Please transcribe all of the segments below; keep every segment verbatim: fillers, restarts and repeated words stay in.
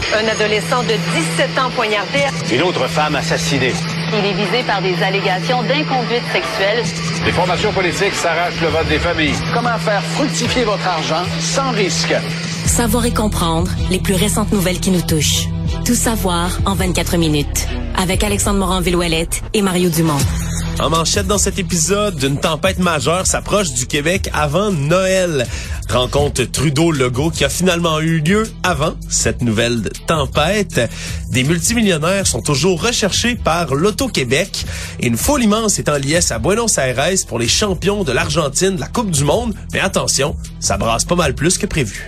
Un adolescent de dix-sept ans poignardé. Une autre femme assassinée. Il est visé par des allégations d'inconduite sexuelle. Les formations politiques s'arrachent le vote des familles. Comment faire fructifier votre argent sans risque? Savoir et comprendre les plus récentes nouvelles qui nous touchent. Tout savoir en vingt-quatre minutes. Avec Alexandre Morin-Villouellette et Mario Dumont. En manchette dans cet épisode, une tempête majeure s'approche du Québec avant Noël. Rencontre Trudeau-Legault qui a finalement eu lieu avant cette nouvelle tempête. Des multimillionnaires sont toujours recherchés par l'Auto-Québec. Et une foule immense est en liesse à Buenos Aires pour les champions de l'Argentine de la Coupe du Monde. Mais attention, ça brasse pas mal plus que prévu.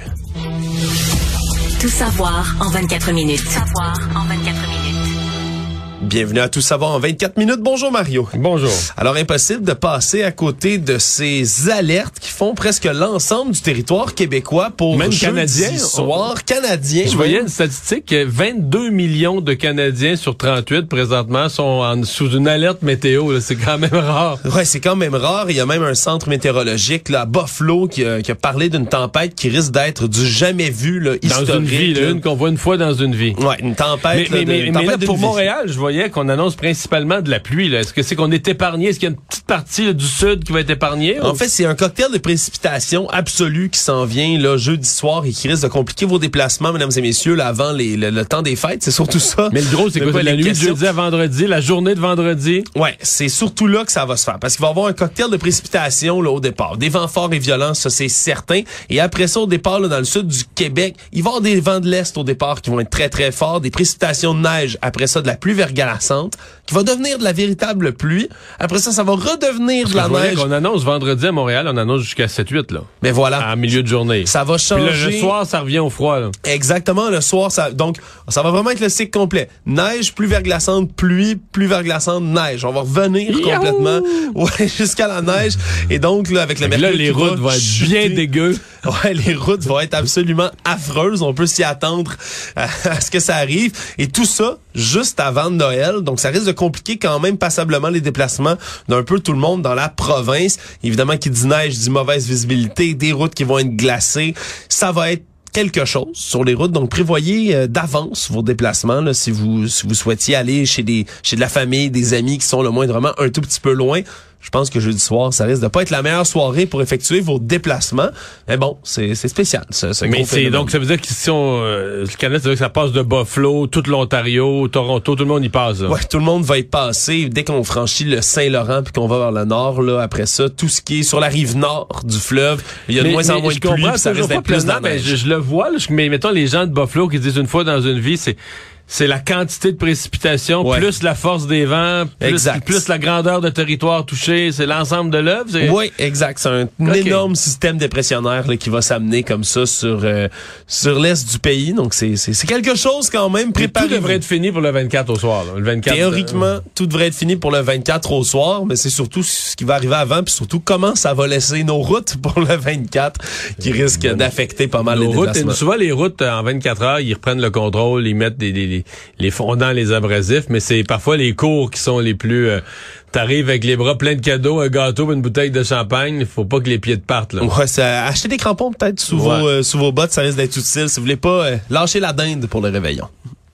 Tout savoir en vingt-quatre minutes. Tout savoir en vingt-quatre minutes. Bienvenue à Tout savoir en vingt-quatre minutes. Bonjour Mario. Bonjour. Alors, impossible de passer à côté de ces alertes qui font presque l'ensemble du territoire québécois pour même jeudi canadien, soir on... canadien. Je voyais une statistique que vingt-deux millions de Canadiens sur trente-huit présentement sont en, sous une alerte météo. Là. C'est quand même rare. Ouais, c'est quand même rare. Il y a même un centre météorologique là, à Buffalo qui a, qui a parlé d'une tempête qui risque d'être du jamais vu là, historique. Dans une vie, là, une qu'on voit une fois dans une vie. Ouais, une tempête. Mais, là, mais, de, une mais tempête là, pour vie. Montréal, je voyais qu'on annonce principalement de la pluie. Là. Est-ce que c'est qu'on est épargné? Est-ce qu'il y a une petite partie là, du sud qui va être épargnée? En ou? fait, c'est un cocktail de précipitation absolu qui s'en vient là jeudi soir et qui risque de compliquer vos déplacements, mesdames et messieurs, là, avant les, le, le temps des fêtes. C'est surtout ça. Mais le gros, c'est quoi? C'est la nuit de jeudi à vendredi, la journée de vendredi? Ouais, c'est surtout là que ça va se faire. Parce qu'il va y avoir un cocktail de précipitation là, au départ. Des vents forts et violents, ça c'est certain. Et après ça, au départ, là, dans le sud du Québec, il va y avoir des vents de l'est au départ qui vont être très très forts, des précipitations de neige, après ça de la pluie verglaçante, qui va devenir de la véritable pluie. Après ça, ça va redevenir de la neige. On annonce vendredi à Montréal, on annonce jusqu'à sept huit, là. Mais voilà. À milieu de journée. Ça va changer. Puis le, le soir, ça revient au froid, là. Exactement, le soir, ça, donc, ça va vraiment être le cycle complet. Neige, pluie verglaçante, pluie, pluie verglaçante, neige. On va revenir Yahoo! complètement, ouais, jusqu'à la neige. Et donc, là, avec le mercure. Là, les routes vont être bien dégueu. Ouais, les routes vont être absolument affreuses. On peut s'y attendre à, à ce que ça arrive. Et tout ça, juste avant Noël. Donc, ça risque de compliquer quand même passablement les déplacements d'un peu tout le monde dans la province. Évidemment, qui dit neige, dit mauvaise visibilité, des routes qui vont être glacées. Ça va être quelque chose sur les routes. Donc, prévoyez euh, d'avance vos déplacements là, si vous si vous souhaitiez aller chez des chez de la famille, des amis qui sont le moindrement un tout petit peu loin. Je pense que jeudi soir, ça risque de pas être la meilleure soirée pour effectuer vos déplacements. Mais bon, c'est, c'est spécial. Ce, ce Mais c'est donc ça veut dire que si on euh, le Canada, ça veut dire que ça passe de Buffalo, tout l'Ontario, Toronto, tout le monde y passe. Là. Ouais, tout le monde va y passer dès qu'on franchit le Saint-Laurent puis qu'on va vers le nord. Là, après ça, tout ce qui est sur la rive nord du fleuve, il y a de mais, moins en moins de pluie, puis ça risque d'être plus de mais je, je le vois. Là, je, mais mettons les gens de Buffalo qui disent une fois dans une vie, c'est c'est la quantité de précipitation, ouais. plus la force des vents, plus, plus la grandeur de territoire touché, c'est l'ensemble de l'œuvre. C'est... Oui, exact. C'est un okay. énorme système dépressionnaire là, qui va s'amener comme ça sur euh, sur l'est du pays. Donc, c'est, c'est, c'est quelque chose quand même préparé. Tout devrait être fini pour le vingt-quatre au soir. Là. Le vingt-quatre, Théoriquement, euh... tout devrait être fini pour le vingt-quatre au soir, mais c'est surtout ce qui va arriver avant, puis surtout comment ça va laisser nos routes pour le vingt-quatre, qui risque euh, d'affecter pas mal nos les routes, déplacements. Souvent, les routes, en vingt-quatre heures, ils reprennent le contrôle, ils mettent des... des, des les fondants, les abrasifs, mais c'est parfois les cours qui sont les plus... Euh, t'arrives avec les bras pleins de cadeaux, un gâteau, une bouteille de champagne, il faut pas que les pieds te partent. Là. Ouais, ça, acheter des crampons peut-être sous, ouais. vos, euh, sous vos bottes, ça risque d'être utile. Si vous voulez pas euh, lâcher la dinde pour le réveillon.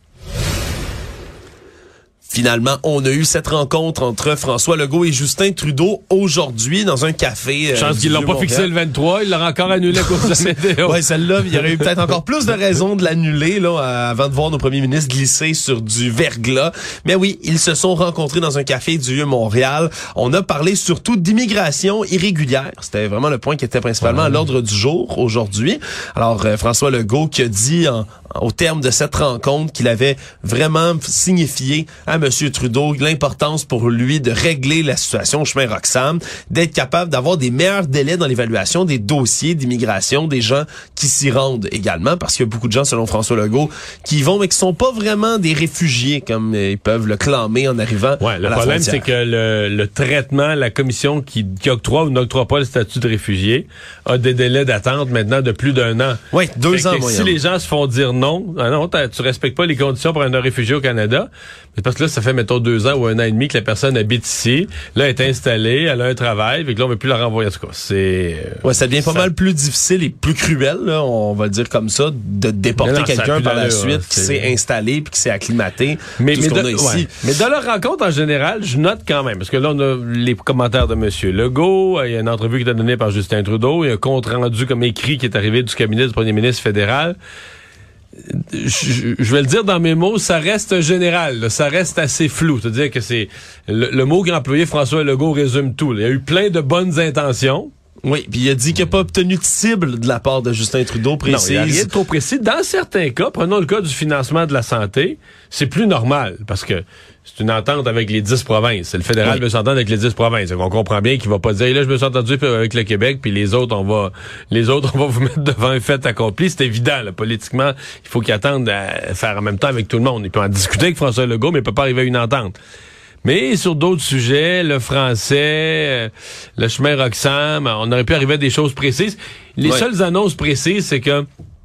Finalement, on a eu cette rencontre entre François Legault et Justin Trudeau aujourd'hui dans un café. Euh, Je pense qu'ils l'ont pas Montréal. fixé le vingt-trois, ils l'ont encore annulé à cause de la météo. Ouais, celle-là, il y aurait eu peut-être encore plus de raisons de l'annuler là avant de voir nos premiers ministres glisser sur du verglas. Mais oui, ils se sont rencontrés dans un café du Vieux-Montréal. On a parlé surtout d'immigration irrégulière. C'était vraiment le point qui était principalement ouais. à l'ordre du jour aujourd'hui. Alors, euh, François Legault qui a dit en, au terme de cette rencontre qu'il avait vraiment signifié à M. Trudeau l'importance pour lui de régler la situation au chemin Roxham, d'être capable d'avoir des meilleurs délais dans l'évaluation des dossiers d'immigration des gens qui s'y rendent également, parce qu'il y a beaucoup de gens, selon François Legault, qui y vont mais qui sont pas vraiment des réfugiés comme ils peuvent le clamer en arrivant ouais, à le la problème, frontière. c'est que le, le traitement, la commission qui, qui octroie ou n'octroie pas le statut de réfugié a des délais d'attente maintenant de plus d'un an. Oui, deux fait ans que moyen. Si les gens se font dire non, ah non, tu respectes pas les conditions pour un réfugié au Canada. Mais parce que là, ça fait, mettons, deux ans ou un an et demi que la personne habite ici. Là, elle est installée, elle a un travail, fait que là, on veut plus la renvoyer. En tout cas, c'est... Ouais, ça devient pas ça... mal plus difficile et plus cruel, là, on va le dire comme ça, de déporter non, quelqu'un par la suite qui s'est installé puis qui s'est acclimaté. Mais, tout mais, ce qu'on de, a ici. Ouais. Mais dans leur rencontre, en général, je note quand même, parce que là, on a les commentaires de M. Legault, il y a une entrevue qui est donnée par Justin Trudeau, il y a un compte rendu comme écrit qui est arrivé du cabinet du premier ministre fédéral. Je, je vais le dire dans mes mots, ça reste général, là, ça reste assez flou. C'est-à-dire que c'est le, le mot qu'a employé François Legault résume tout. Là. Il y a eu plein de bonnes intentions. Oui, puis il a dit qu'il n'a pas obtenu de cible de la part de Justin Trudeau précise. Non, il n'y a rien de trop précis. Dans certains cas, prenons le cas du financement de la santé, c'est plus normal parce que c'est une entente avec les dix provinces. Le fédéral oui. veut s'entendre avec les dix provinces. Donc on comprend bien qu'il va pas dire, là, je me suis entendu avec le Québec, puis les autres, on va, les autres, on va vous mettre devant un fait accompli. C'est évident, là. Politiquement, il faut qu'ils attendent à faire en même temps avec tout le monde. Il peut en discuter avec François Legault, mais il peut pas arriver à une entente. Mais sur d'autres sujets, le français, le chemin Roxham, on aurait pu arriver à des choses précises. Les ouais. seules annonces précises, c'est que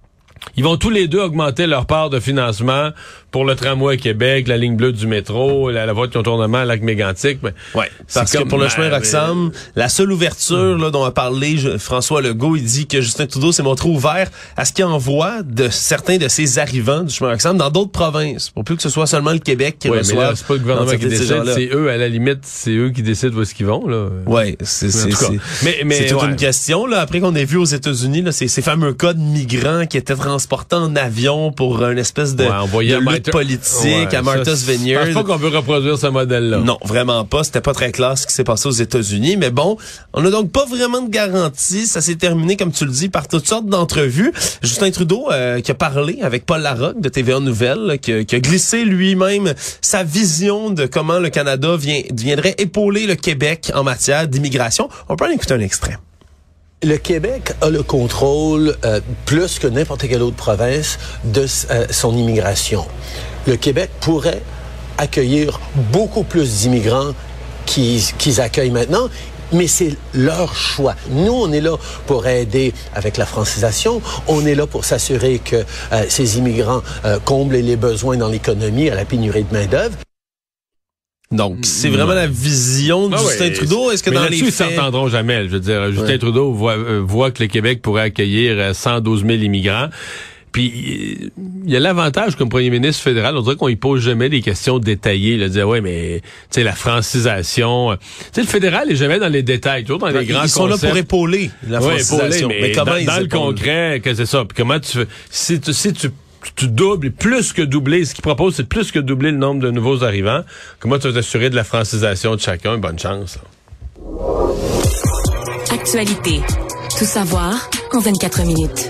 ils vont tous les deux augmenter leur part de financement pour le tramway à Québec, la ligne bleue du métro, la, la voie de contournement à Lac-Mégantic. Ben, ouais, parce que pour le chemin Roxham, la seule ouverture là, dont a parlé je, François Legault, il dit que Justin Trudeau s'est montré ouvert à ce qu'il envoie de certains de ses arrivants du chemin Roxham dans d'autres provinces, pour plus que ce soit seulement le Québec qui ouais, reçoive. Mais là, c'est pas le gouvernement qui décide, c'est eux, à la limite, c'est eux qui décident où est-ce qu'ils vont. Là. Ouais, c'est c'est, c'est, mais, mais, c'est toute ouais. une question. Là, après qu'on ait vu aux États-Unis là, ces, ces fameux cas de migrants qui étaient transportés en avion pour une espèce de, ouais, de lutte politique ouais, à Martha's Vineyard. Je pense pas qu'on veut reproduire ce modèle-là. Non, vraiment pas. C'était pas très clair ce qui s'est passé aux États-Unis. Mais bon, on a donc pas vraiment de garantie. Ça s'est terminé, comme tu le dis, par toutes sortes d'entrevues. Justin Trudeau, euh, qui a parlé avec Paul Larocque de T V A Nouvelles, qui a, qui a glissé lui-même sa vision de comment le Canada vient, viendrait épauler le Québec en matière d'immigration. On peut en écouter un extrait. Le Québec a le contrôle, euh, plus que n'importe quelle autre province, de euh, son immigration. Le Québec pourrait accueillir beaucoup plus d'immigrants qu'ils, qu'ils accueillent maintenant, mais c'est leur choix. Nous, on est là pour aider avec la francisation. On est là pour s'assurer que euh, ces immigrants euh, comblent les besoins dans l'économie à la pénurie de main-d'œuvre. Donc, c'est vraiment ouais. la vision de ah Justin ouais, Trudeau. Est-ce que mais dans les faits... ils s'entendront jamais. Je veux dire, Justin ouais. Trudeau voit, euh, voit que le Québec pourrait accueillir cent douze mille immigrants. Puis, il y a l'avantage comme premier ministre fédéral, on dirait qu'on y pose jamais des questions détaillées. Là, dire, ouais, mais, tu sais, la francisation. Tu sais, le fédéral est jamais dans les détails, toujours dans les grands concepts. Ils sont là pour épauler la ouais, francisation. Épauler, mais, mais comment dans, ils dans le concret, que c'est ça. Puis comment tu fais... Si tu... Si tu tu doubles, plus que doubler, ce qu'il propose, c'est plus que doubler le nombre de nouveaux arrivants. Comment tu vas t'assurer de la francisation de chacun? Bonne chance. Là. Actualité. Tout savoir en vingt-quatre minutes.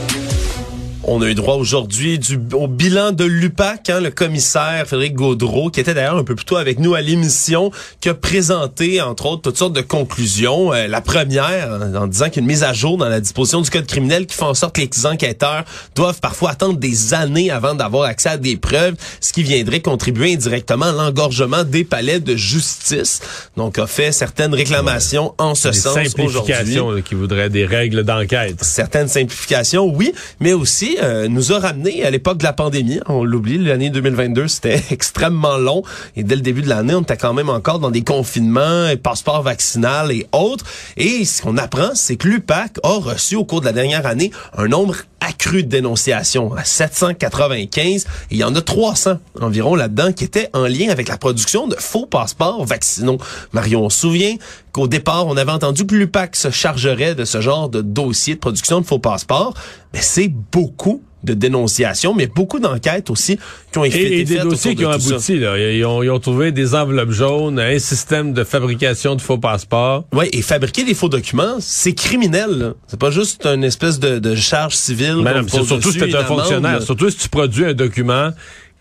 On a eu droit aujourd'hui du, au bilan de l'U P A C, hein, le commissaire Frédéric Gaudreault, qui était d'ailleurs un peu plus tôt avec nous à l'émission, qui a présenté, entre autres, toutes sortes de conclusions. Euh, la première, en disant qu'il y a une mise à jour dans la disposition du code criminel qui fait en sorte que les enquêteurs doivent parfois attendre des années avant d'avoir accès à des preuves, ce qui viendrait contribuer indirectement à l'engorgement des palais de justice. Donc, a fait certaines réclamations ouais. en ce des sens aujourd'hui. Des simplifications qui voudraient des règles d'enquête. Certaines simplifications, oui, mais aussi Euh, nous a ramené à l'époque de la pandémie. On l'oublie, l'année deux mille vingt-deux, c'était extrêmement long. Et dès le début de l'année, on était quand même encore dans des confinements, passeport vaccinal et autres. Et ce qu'on apprend, c'est que l'U P A C a reçu au cours de la dernière année un nombre accru de dénonciations, à sept cent quatre-vingt-quinze. Et il y en a trois cents environ là-dedans qui étaient en lien avec la production de faux passeports vaccinaux. Mario, on se souvient qu'au départ, on avait entendu que l'U P A C se chargerait de ce genre de dossier de production de faux passeports. Mais c'est beaucoup de dénonciations, mais beaucoup d'enquêtes aussi qui ont été faites. Et, et des dossiers qui ont abouti. Là. Ils, ont, ils ont trouvé des enveloppes jaunes, un système de fabrication de faux passeports. Oui, et fabriquer des faux documents, c'est criminel. Là. C'est pas juste une espèce de, de charge civile. Mais non, mais c'est surtout si tu es un fonctionnaire. Là. Surtout si tu produis un document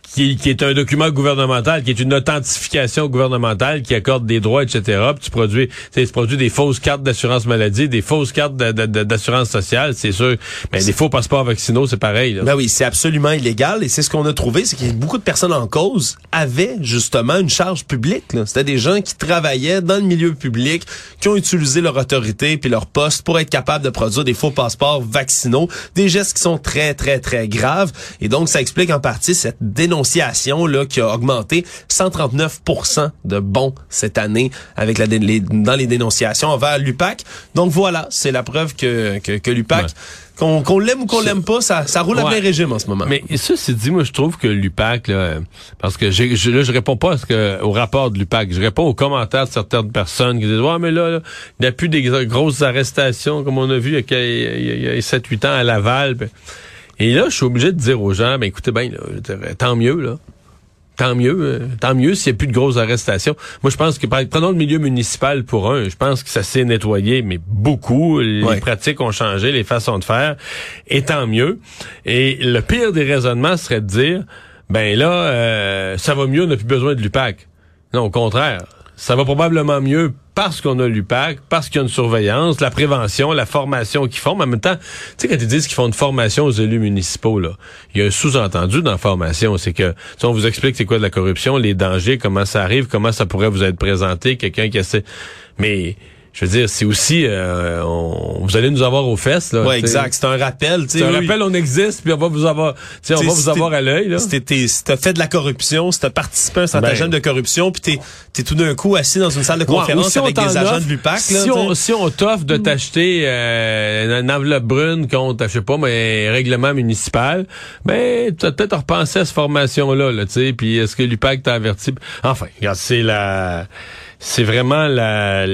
Qui, qui est un document gouvernemental, qui est une authentification gouvernementale qui accorde des droits, et cetera. Puis tu produis, tu produis des fausses cartes d'assurance maladie, des fausses cartes de, de, de, d'assurance sociale, c'est sûr. Mais des faux passeports vaccinaux, c'est pareil. Là. Ben oui, c'est absolument illégal. Et c'est ce qu'on a trouvé, c'est que beaucoup de personnes en cause avaient justement une charge publique. Là. C'était des gens qui travaillaient dans le milieu public, qui ont utilisé leur autorité puis leur poste pour être capables de produire des faux passeports vaccinaux, des gestes qui sont très, très, très graves. Et donc, ça explique en partie cette dénonciation là, qui a augmenté cent trente-neuf pour cent de bons cette année avec la, les, dans les dénonciations envers l'U P A C. Donc voilà, c'est la preuve que, que, que l'U P A C, ouais. qu'on, qu'on l'aime ou qu'on c'est... l'aime pas, ça, ça roule ouais. à plein régime en ce moment. Mais ça, c'est dit, moi je trouve que l'U P A C, là, parce que j'ai, je, là, je réponds pas à ce que, au rapport de l'U P A C, je réponds aux commentaires de certaines personnes qui disent « Ouais, mais là, là il n'y a plus des grosses arrestations comme on a vu il y a, il y a, il y a sept huit ans à Laval. » Et là, je suis obligé de dire aux gens, ben écoutez bien, tant mieux, là. Tant mieux, euh, tant mieux s'il n'y a plus de grosses arrestations. Moi, je pense que, prenons le milieu municipal pour un, je pense que ça s'est nettoyé, mais beaucoup. Les ouais. pratiques ont changé, les façons de faire, et tant mieux. Et le pire des raisonnements serait de dire, ben là, euh, ça va mieux, on n'a plus besoin de l'U P A C. Non, au contraire. Ça va probablement mieux parce qu'on a l'U P A C, parce qu'il y a une surveillance, la prévention, la formation qu'ils font. Mais en même temps, tu sais, quand ils disent qu'ils font une formation aux élus municipaux, là, il y a un sous-entendu dans la formation. C'est que, si on vous explique c'est quoi de la corruption, les dangers, comment ça arrive, comment ça pourrait vous être présenté, quelqu'un qui essaie... Mais... Je veux dire, c'est aussi, euh, on, vous allez nous avoir aux fesses, là. Ouais, exact. C'est un rappel, tu sais. C'est un oui. rappel, on existe, puis on va vous avoir, tu sais, on va vous avoir à l'œil, là. Si t'es, si t'as fait de la corruption, si t'as participé à un stratagème ben, de corruption, puis t'es, t'es tout d'un coup assis dans une salle de conférence ouais, si avec des agents de l'U P A C, là. Si on, si on t'offre de t'acheter, euh, une enveloppe brune contre, je sais pas, mais, règlement municipal, ben, t'as peut-être repensé à cette formation-là, là, tu sais, puis est-ce que l'U P A C t'a averti? Enfin, regarde, c'est la, c'est vraiment la,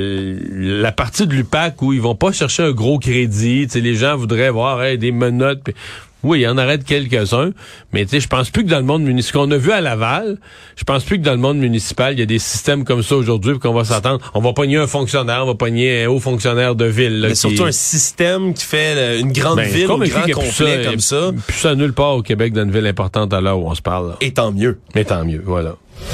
la partie de l'U P A C où ils vont pas chercher un gros crédit. Tu sais, les gens voudraient voir hey, des menottes. Pis, oui, il y en arrête quelques-uns, mais tu sais, je pense plus que dans le monde municipal, ce qu'on a vu à Laval, je pense plus que dans le monde municipal, il y a des systèmes comme ça aujourd'hui, puis qu'on va s'attendre, on va pogner un fonctionnaire, on va pogner un haut fonctionnaire de ville. Là, mais qui... surtout un système qui fait une grande ben, ville, un grand complet ça, comme ça. Plus ça nulle part au Québec dans une ville importante à l'heure où on se parle. Là. Et tant mieux. Et tant mieux, voilà.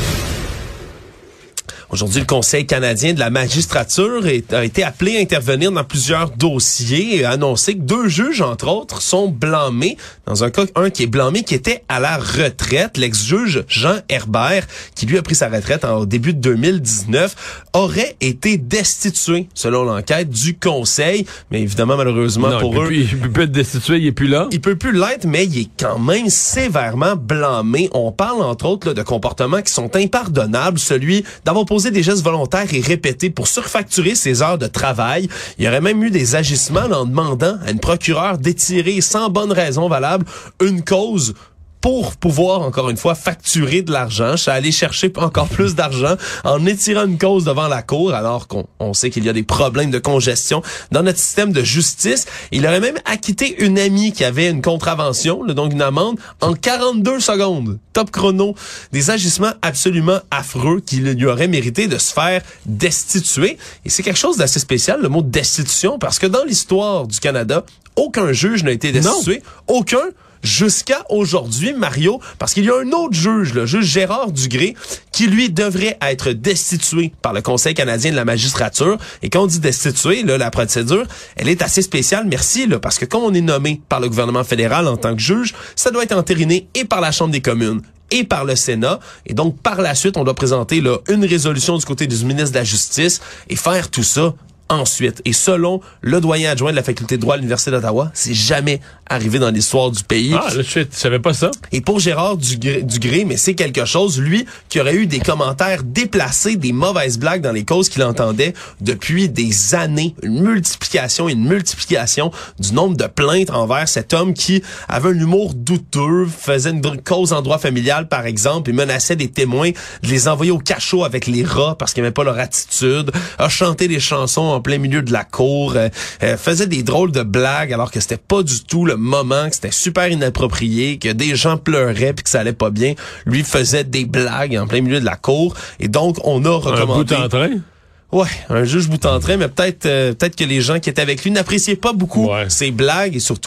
Aujourd'hui, le Conseil canadien de la magistrature est, a été appelé à intervenir dans plusieurs dossiers et a annoncé que deux juges, entre autres, sont blâmés. Dans un cas, un qui est blâmé, qui était à la retraite. L'ex-juge Jean Herbert, qui lui a pris sa retraite en, au début de deux mille dix-neuf, aurait été destitué, selon l'enquête, du Conseil. Mais évidemment, malheureusement non, pour il peut eux... Plus, il peut plus être destitué, il est plus là. Il peut plus l'être, mais il est quand même sévèrement blâmé. On parle, entre autres, là, de comportements qui sont impardonnables. Celui d'avoir posé des gestes volontaires et répétés pour surfacturer ses heures de travail. Il y aurait même eu des agissements là, en demandant à une procureure d'étirer sans bonne raison valable une cause pour pouvoir, encore une fois, facturer de l'argent, aller chercher encore plus d'argent en étirant une cause devant la cour, alors qu'on on sait qu'il y a des problèmes de congestion dans notre système de justice. Il aurait même acquitté une amie qui avait une contravention, là, donc une amende, en quarante-deux secondes. Top chrono. Des agissements absolument affreux qui lui auraient mérité de se faire destituer. Et c'est quelque chose d'assez spécial, le mot destitution, parce que dans l'histoire du Canada, aucun juge n'a été destitué. Non. Aucun. Jusqu'à aujourd'hui, Mario, parce qu'il y a un autre juge, le juge Gérard Dugré, qui lui devrait être destitué par le Conseil canadien de la magistrature. Et quand on dit destitué, là, la procédure, elle est assez spéciale, merci, là, parce que quand on est nommé par le gouvernement fédéral en tant que juge, ça doit être entériné et par la Chambre des communes et par le Sénat. Et donc, par la suite, on doit présenter là une résolution du côté du ministre de la Justice et faire tout ça ensuite. Et selon le doyen adjoint de la faculté de droit à l'Université d'Ottawa, c'est jamais arrivé dans l'histoire du pays. Ah, là, je savais pas ça. Et pour Gérard Dugré, Dugré, mais c'est quelque chose, lui, qui aurait eu des commentaires déplacés, des mauvaises blagues dans les causes qu'il entendait depuis des années. Une multiplication et une multiplication du nombre de plaintes envers cet homme qui avait un humour douteux, faisait une cause en droit familial, par exemple, et menaçait des témoins de les envoyer au cachot avec les rats parce qu'ils n'aimaient pas leur attitude, a chanté des chansons en plein milieu de la cour, euh, euh, faisait des drôles de blagues alors que c'était pas du tout le moment, que c'était super inapproprié, que des gens pleuraient puis que ça allait pas bien. Lui faisait des blagues en plein milieu de la cour et donc on a recommandé... Un bout en train? Ouais, un juge bout en train, mais peut-être euh, peut-être que les gens qui étaient avec lui n'appréciaient pas beaucoup ouais. ses blagues et surtout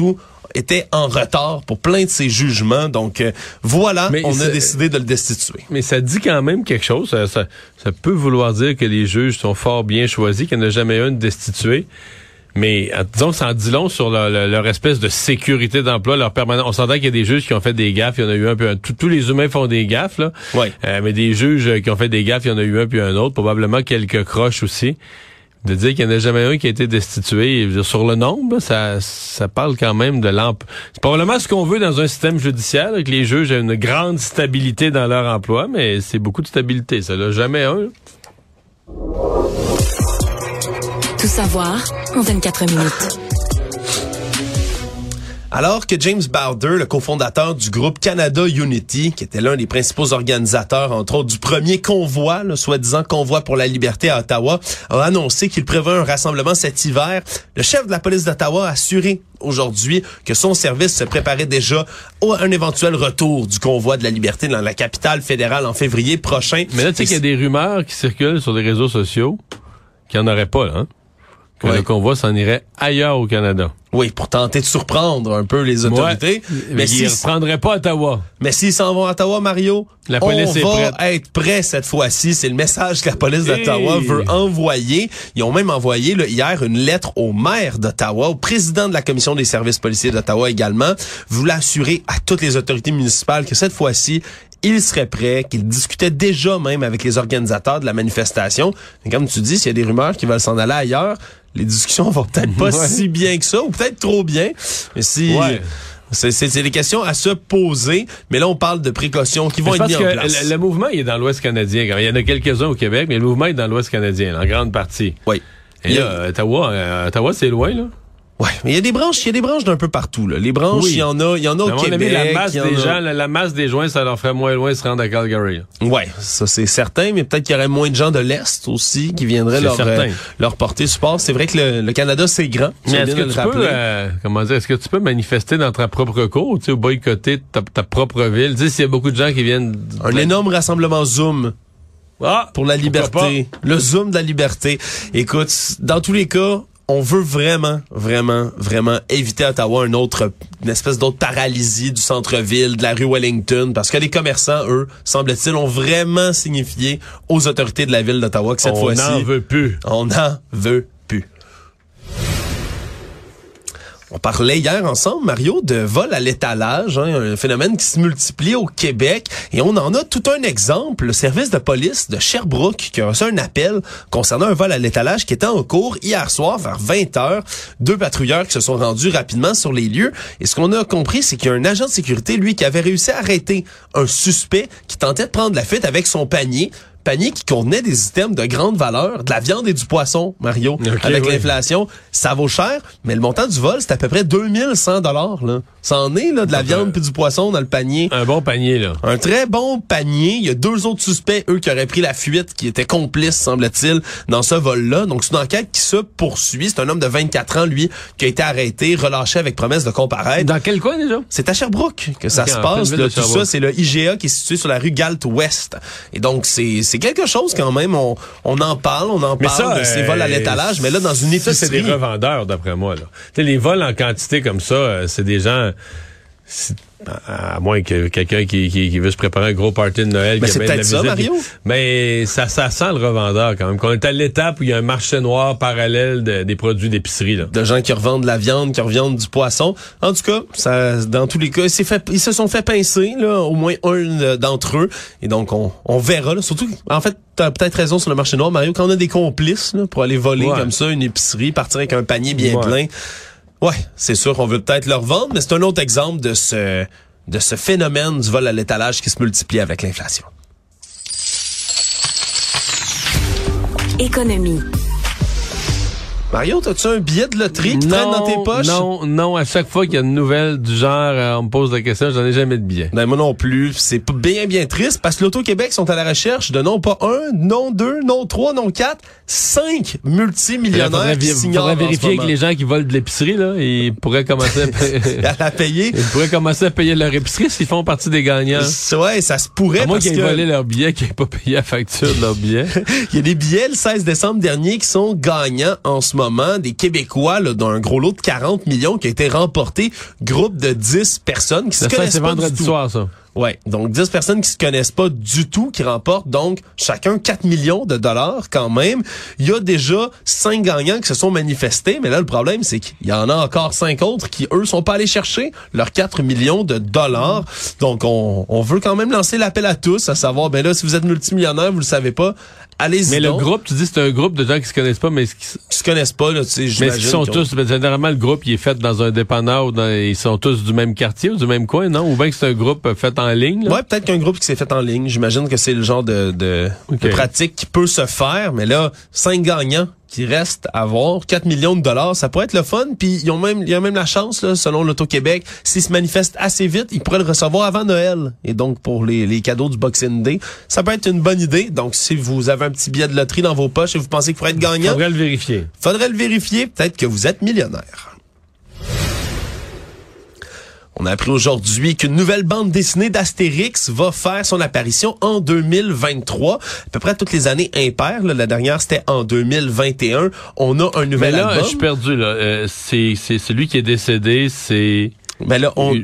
était en retard pour plein de ses jugements. Donc euh, voilà, mais on a décidé de le destituer. Mais ça dit quand même quelque chose. Ça, ça, ça peut vouloir dire que les juges sont fort bien choisis, qu'il n'y en a jamais un de destitué. Mais disons que ça en dit long sur leur, leur, leur espèce de sécurité d'emploi, leur permanence. On s'entend qu'il y a des juges qui ont fait des gaffes, il y en a eu un puis un. Tous, tous les humains font des gaffes, là. Ouais. Euh, mais des juges qui ont fait des gaffes, il y en a eu un puis un autre, probablement quelques croches aussi. De dire qu'il n'y en a jamais un qui a été destitué, je veux dire, sur le nombre, ça, ça parle quand même de l'emploi. C'est probablement ce qu'on veut dans un système judiciaire, là, que les juges aient une grande stabilité dans leur emploi, mais c'est beaucoup de stabilité. Ça n'a jamais un. Tout savoir en vingt-quatre minutes. Alors que James Bowder, le cofondateur du groupe Canada Unity, qui était l'un des principaux organisateurs, entre autres, du premier convoi, le soi-disant convoi pour la liberté à Ottawa, a annoncé qu'il prévoit un rassemblement cet hiver, le chef de la police d'Ottawa a assuré aujourd'hui que son service se préparait déjà à un éventuel retour du convoi de la liberté dans la capitale fédérale en février prochain. Mais là, tu sais qu'il y a des rumeurs qui circulent sur les réseaux sociaux qu'il n'y en aurait pas, là, hein? Que ouais. Le convoi s'en irait ailleurs au Canada. Oui, pour tenter de surprendre un peu les autorités. Ouais. Mais, mais ils ne reprendraient pas Ottawa. Mais s'ils s'en vont à Ottawa, Mario, la police on est va prête. être prêt cette fois-ci. C'est le message que la police d'Ottawa hey. veut envoyer. Ils ont même envoyé là, hier une lettre au maire d'Ottawa, au président de la Commission des services policiers d'Ottawa également, voulant assurer à toutes les autorités municipales que cette fois-ci, il serait prêt, qu'il discutait déjà même avec les organisateurs de la manifestation. Mais comme tu dis, s'il y a des rumeurs qui veulent s'en aller ailleurs, les discussions vont peut-être pas ouais. si bien que ça, ou peut-être trop bien. Mais si... Ouais. C'est, c'est, c'est des questions à se poser, mais là, on parle de précautions qui vont être mises en place. Le, le mouvement, il est dans l'Ouest canadien. Il y en a quelques-uns au Québec, mais le mouvement est dans l'Ouest canadien, là, en grande partie. Oui. Et là, a... Ottawa, euh, Ottawa, c'est loin, là. Ouais, mais il y a des branches, il y a des branches d'un peu partout, là. Les branches, il oui. y en a, il y en a au Québec. Avis, la masse des a... gens, la, la masse des joints, ça leur ferait moins loin de se rendre à Calgary. Là. Ouais, ça c'est certain, mais peut-être qu'il y aurait moins de gens de l'Est aussi qui viendraient leur, euh, leur porter support. C'est vrai que le, le Canada, c'est grand. Mais est-ce que tu peux, euh, comment dire, est-ce que tu peux manifester dans ta propre cour, tu sais, ou boycotter ta, ta propre ville? Tu sais, s'il y a beaucoup de gens qui viennent... Un de... énorme rassemblement Zoom. Ah! Pour la liberté. Le Zoom de la liberté. Écoute, dans tous les cas, on veut vraiment, vraiment, vraiment éviter à Ottawa une autre, une espèce d'autre paralysie du centre-ville, de la rue Wellington, parce que les commerçants, eux, semble-t-il, ont vraiment signifié aux autorités de la ville d'Ottawa que cette fois-ci... On n'en veut plus. On n'en veut plus. On parlait hier ensemble, Mario, de vol à l'étalage, hein, un phénomène qui se multiplie au Québec. Et on en a tout un exemple. Le service de police de Sherbrooke qui a reçu un appel concernant un vol à l'étalage qui était en cours hier soir vers vingt heures. Deux patrouilleurs qui se sont rendus rapidement sur les lieux. Et ce qu'on a compris, c'est qu'il y a un agent de sécurité, lui, qui avait réussi à arrêter un suspect qui tentait de prendre la fuite avec son panier. Panier qui contenait des items de grande valeur, de la viande et du poisson, Mario. Okay, avec oui. l'inflation, ça vaut cher, mais le montant du vol, c'est à peu près deux mille cent dollars. Là. Ça en est là, de la viande puis du poisson dans le panier. Un bon panier, là. Un très bon panier. Il y a deux autres suspects, eux, qui auraient pris la fuite, qui étaient complices, semble-t-il, dans ce vol-là. Donc, c'est une enquête qui se poursuit. C'est un homme de vingt-quatre ans, lui, qui a été arrêté, relâché avec promesse de comparaître. Dans quel coin, déjà? C'est à Sherbrooke que ça okay, se passe. Là, tout ça, c'est le I G A qui est situé sur la rue Galt-Ouest. Et donc, c'est, c'est quelque chose quand même. On, on en parle, on en mais parle ça, de ces vols à l'étalage, mais là, dans une épicerie... Ça, c'est des revendeurs, d'après moi. Là. Tu sais, les vols en quantité comme ça, euh, c'est des gens... C'est, à moins que quelqu'un qui, qui, qui veut se préparer un gros party de Noël. Mais qui c'est peut-être ça, Mario. Mais ça, ça sent le revendeur quand même. Qu'on est à l'étape où il y a un marché noir parallèle de, des produits d'épicerie. Là. De gens qui revendent de la viande, qui revendent du poisson. En tout cas, ça, dans tous les cas, il s'est fait, ils se sont fait pincer, là, au moins un d'entre eux. Et donc, on, on verra. Là, surtout, en fait, t'as peut-être raison sur le marché noir, Mario. Quand on a des complices là, pour aller voler ouais. comme ça une épicerie, partir avec un panier bien ouais. plein... Ouais, c'est sûr qu'on veut peut-être leur vendre, mais c'est un autre exemple de ce de ce phénomène du vol à l'étalage qui se multiplie avec l'inflation. Économie. Mario, t'as-tu un billet de loterie qui traîne dans tes poches? Non, non. À chaque fois qu'il y a une nouvelle du genre, euh, on me pose la question, j'en ai jamais de billet. Ben, moi non plus. C'est bien, bien triste parce que l'Auto-Québec sont à la recherche de non pas un, non deux, non trois, non quatre, cinq multimillionnaires qui s'ignorent. Il faudrait vérifier que les gens qui volent de l'épicerie, là, ils pourraient commencer à, à la payer. Ils pourraient commencer à payer leur épicerie s'ils font partie des gagnants. Ouais, ça se pourrait. À moins parce qu'ils aient que... volé leur billet, qu'ils n'aient pas payé la facture de leur billet. Il y a des billets le seize décembre dernier qui sont gagnants en ce moment des Québécois là, d'un gros lot de quarante millions qui a été remporté, groupe de dix personnes qui se ça, connaissent c'est pas vendredi du tout. soir, ça. Ouais, donc dix personnes qui se connaissent pas du tout, qui remportent donc chacun quatre millions de dollars quand même. Il y a déjà cinq gagnants qui se sont manifestés, mais là le problème c'est qu'il y en a encore cinq autres qui eux sont pas allés chercher leurs quatre millions de dollars. Donc on, on veut quand même lancer l'appel à tous, à savoir ben là si vous êtes multimillionnaire, vous le savez pas, allez-y. Mais donc. le groupe, tu dis c'est un groupe de gens qui se connaissent pas, mais qui, qui se connaissent pas là, tu sais, j'imagine. mais est-ce qu'ils sont tous, ben, généralement le groupe il est fait dans un dépanneur ou dans, ils sont tous du même quartier ou du même coin, non? Ou bien que c'est un groupe fait en ligne, là? Ouais, peut-être qu'un groupe qui s'est fait en ligne. J'imagine que c'est le genre de, de, okay. de pratique qui peut se faire, mais là, cinq gagnants qui restent à voir, quatre millions de dollars, ça pourrait être le fun, puis ils ont même, il y a même la chance, là, selon l'Auto-Québec, s'ils se manifestent assez vite, ils pourraient le recevoir avant Noël. Et donc, pour les, les cadeaux du Boxing Day, ça peut être une bonne idée. Donc, si vous avez un petit billet de loterie dans vos poches et vous pensez qu'il pourrait être gagnant, faudrait le vérifier. Faudrait le vérifier. Peut-être que vous êtes millionnaire. On a appris aujourd'hui qu'une nouvelle bande dessinée d'Astérix va faire son apparition en deux mille vingt-trois. À peu près toutes les années impaires. Là. La dernière, c'était en deux mille vingt et un. On a un nouvel Mais là, album. je suis perdu. Là. Euh, c'est, c'est celui qui est décédé, c'est... Ben là, on...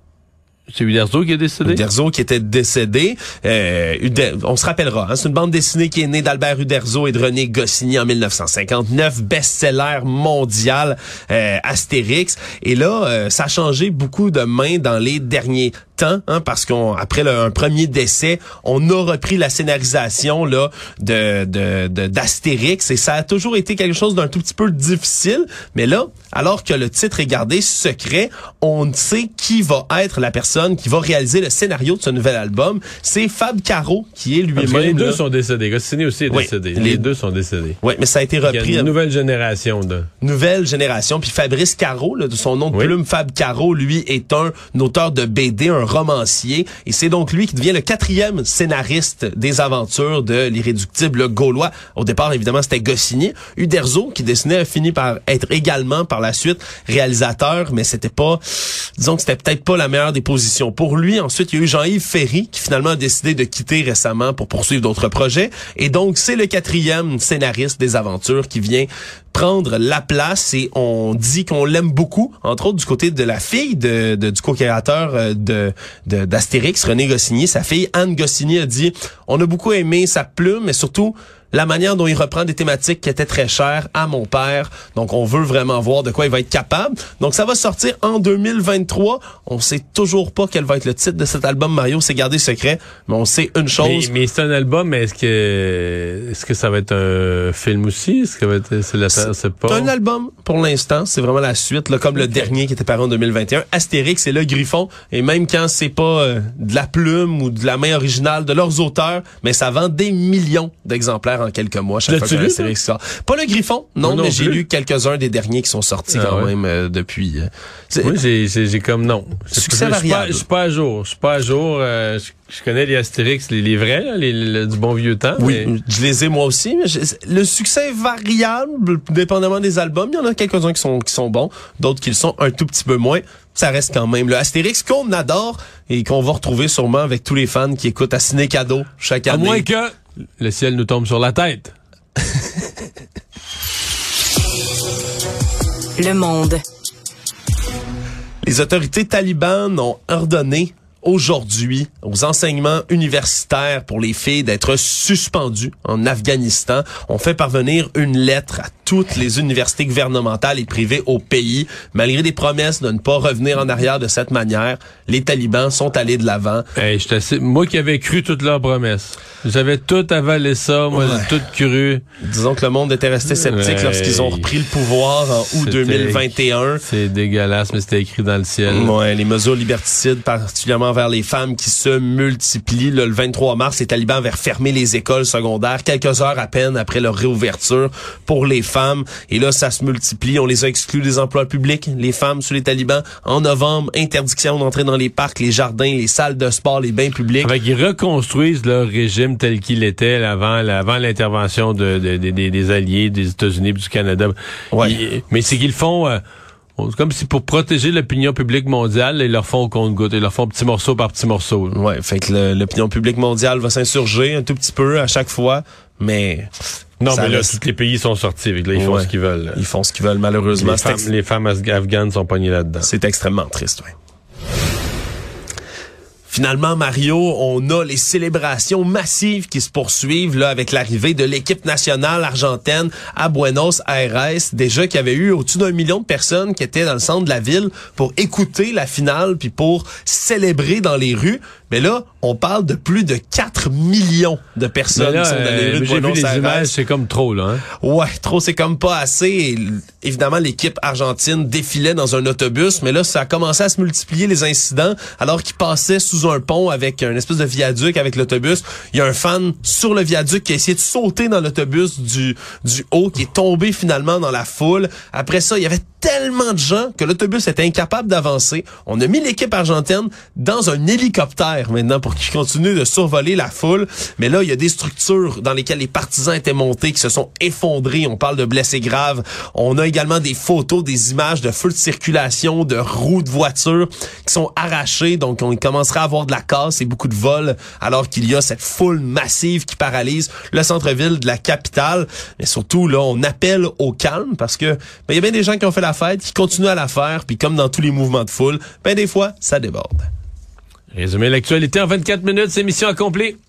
C'est Uderzo qui est décédé? Uderzo qui était décédé. Euh, Uder... On se rappellera, hein, c'est une bande dessinée qui est née d'Albert Uderzo et de René Goscinny en mille neuf cent cinquante-neuf, best-seller mondial, euh, Astérix. Et là, euh, ça a changé beaucoup de mains dans les derniers temps, hein, parce qu'on après le, un premier décès, on a repris la scénarisation là de, de, de d'Astérix et ça a toujours été quelque chose d'un tout petit peu difficile. Mais là, alors que le titre est gardé secret, on sait qui va être la personne qui va réaliser le scénario de ce nouvel album. C'est Fab Caro qui est lui-même. Parce que les deux là, sont décédés. Goscinny aussi est oui, décédé. Les, les deux sont décédés. Oui, mais ça a été repris. Il y a une nouvelle génération de. Nouvelle génération. Puis Fabrice Caro, là, de son nom de oui. plume, Fab Caro, lui est un, un auteur de B D, un romancier. Et c'est donc lui qui devient le quatrième scénariste des aventures de l'irréductible Gaulois. Au départ, évidemment, c'était Goscinny. Uderzo, qui dessinait, a fini par être également, par la suite, réalisateur, mais c'était pas, disons que c'était peut-être pas la meilleure des positions pour lui. Ensuite, il y a eu Jean-Yves Ferry, qui finalement a décidé de quitter récemment pour poursuivre d'autres projets. Et donc, c'est le quatrième scénariste des aventures qui vient prendre la place et on dit qu'on l'aime beaucoup, entre autres du côté de la fille de, de du co-créateur de, de d'Astérix, René Goscinny. Sa fille Anne Goscinny a dit « On a beaucoup aimé sa plume, mais surtout la manière dont il reprend des thématiques qui étaient très chères à mon père. Donc, on veut vraiment voir de quoi il va être capable. Donc, ça va sortir en deux mille vingt-trois. On sait toujours pas quel va être le titre de cet album. Mario, c'est gardé secret, mais on sait une chose. Mais, mais c'est un album, mais est-ce que est-ce que ça va être un film aussi? Est-ce que ça va être, c'est la c'est, c'est pas... C'est un album pour l'instant. C'est vraiment la suite, là, comme okay. le dernier qui était paru en deux mille vingt et un. Astérix et le Griffon. Et même quand c'est pas euh, de la plume ou de la main originale de leurs auteurs, mais ça vend des millions d'exemplaires en quelques mois. Chaque fois que la série sort. Pas le Griffon, non, non mais j'ai lu quelques-uns des derniers qui sont sortis ah, quand ouais. même euh, depuis. Euh, oui, j'ai, j'ai, j'ai comme non. Succès je, variable. Je suis pas, pas à jour. Je suis pas à jour. Euh, je, je connais les Astérix, les, les vrais, là, les, les, du bon vieux temps. Oui, mais... je les ai moi aussi. Mais je, le succès est variable, dépendamment des albums. Il y en a quelques-uns qui sont qui sont bons, d'autres qui le sont un tout petit peu moins. Ça reste quand même le Astérix qu'on adore et qu'on va retrouver sûrement avec tous les fans qui écoutent à Ciné Cadeau chaque année. À moins que le ciel nous tombe sur la tête. Le Monde. Les autorités talibanes ont ordonné aujourd'hui aux enseignements universitaires pour les filles d'être suspendues en Afghanistan. On fait parvenir une lettre à toutes les universités gouvernementales et privées au pays. Malgré des promesses de ne pas revenir en arrière de cette manière, les talibans sont allés de l'avant. Hey, je assez... Moi qui avais cru toutes leurs promesses. J'avais tout avalé ça, moi, ouais. j'ai tout cru. Disons que le monde était resté sceptique ouais. lorsqu'ils ont repris le pouvoir en août deux mille vingt et un. C'est dégueulasse, mais c'était écrit dans le ciel. Ouais, les mesures liberticides, particulièrement vers les femmes qui se multiplient. Là, le vingt-trois mars, les talibans avaient refermé les écoles secondaires quelques heures à peine après leur réouverture pour les femmes. Et là, ça se multiplie. On les a exclus des emplois publics, les femmes sous les talibans. En novembre, interdiction d'entrer dans les parcs, les jardins, les salles de sport, les bains publics. Fait qu'ils reconstruisent leur régime tel qu'il était là, avant, là, avant l'intervention de, de, de, de, des alliés des États-Unis et du Canada. Ouais. Ils, mais c'est qu'ils font... Euh, comme si pour protéger l'opinion publique mondiale, ils leur font au compte-gouttes, ils leur font petit morceau par petit morceau. Ouais, fait que le, l'opinion publique mondiale va s'insurger un tout petit peu à chaque fois, mais Non, ça mais là, reste... tous les pays sont sortis. Là, ils font ouais. ce qu'ils veulent. Là. Ils font ce qu'ils veulent, malheureusement. Les, femmes, ex... les femmes afghanes sont pognées là-dedans. C'est extrêmement triste, oui. Finalement, Mario, on a les célébrations massives qui se poursuivent là avec l'arrivée de l'équipe nationale argentine à Buenos Aires. Déjà qu'il y avait eu au-dessus d'un million de personnes qui étaient dans le centre de la ville pour écouter la finale puis pour célébrer dans les rues. Mais là, on parle de plus de quatre millions de personnes là, qui sont dans les euh, rues de j'ai Buenos vu les Aires. images, c'est comme trop, là. Hein? Ouais, trop, c'est comme pas assez. Et, évidemment, l'équipe argentine défilait dans un autobus, mais là, ça a commencé à se multiplier les incidents alors qu'ils passaient sous un pont avec un espèce de viaduc avec l'autobus. Il y a un fan sur le viaduc qui a essayé de sauter dans l'autobus du, du haut, qui est tombé finalement dans la foule. Après ça, il y avait tellement de gens que l'autobus était incapable d'avancer. On a mis l'équipe argentine dans un hélicoptère maintenant pour qu'il continue de survoler la foule. Mais là, il y a des structures dans lesquelles les partisans étaient montés qui se sont effondrés. On parle de blessés graves. On a également des photos, des images de feux de circulation, de roues de voitures qui sont arrachées. Donc, on commencera à avoir de la casse et beaucoup de vols alors qu'il y a cette foule massive qui paralyse le centre-ville de la capitale. Mais surtout, là, on appelle au calme parce que ben, il y a bien des gens qui ont fait la fête, qui continuent à la faire, puis comme dans tous les mouvements de foule, ben des fois, ça déborde. Résumer l'actualité en vingt-quatre minutes, c'est mission accomplie.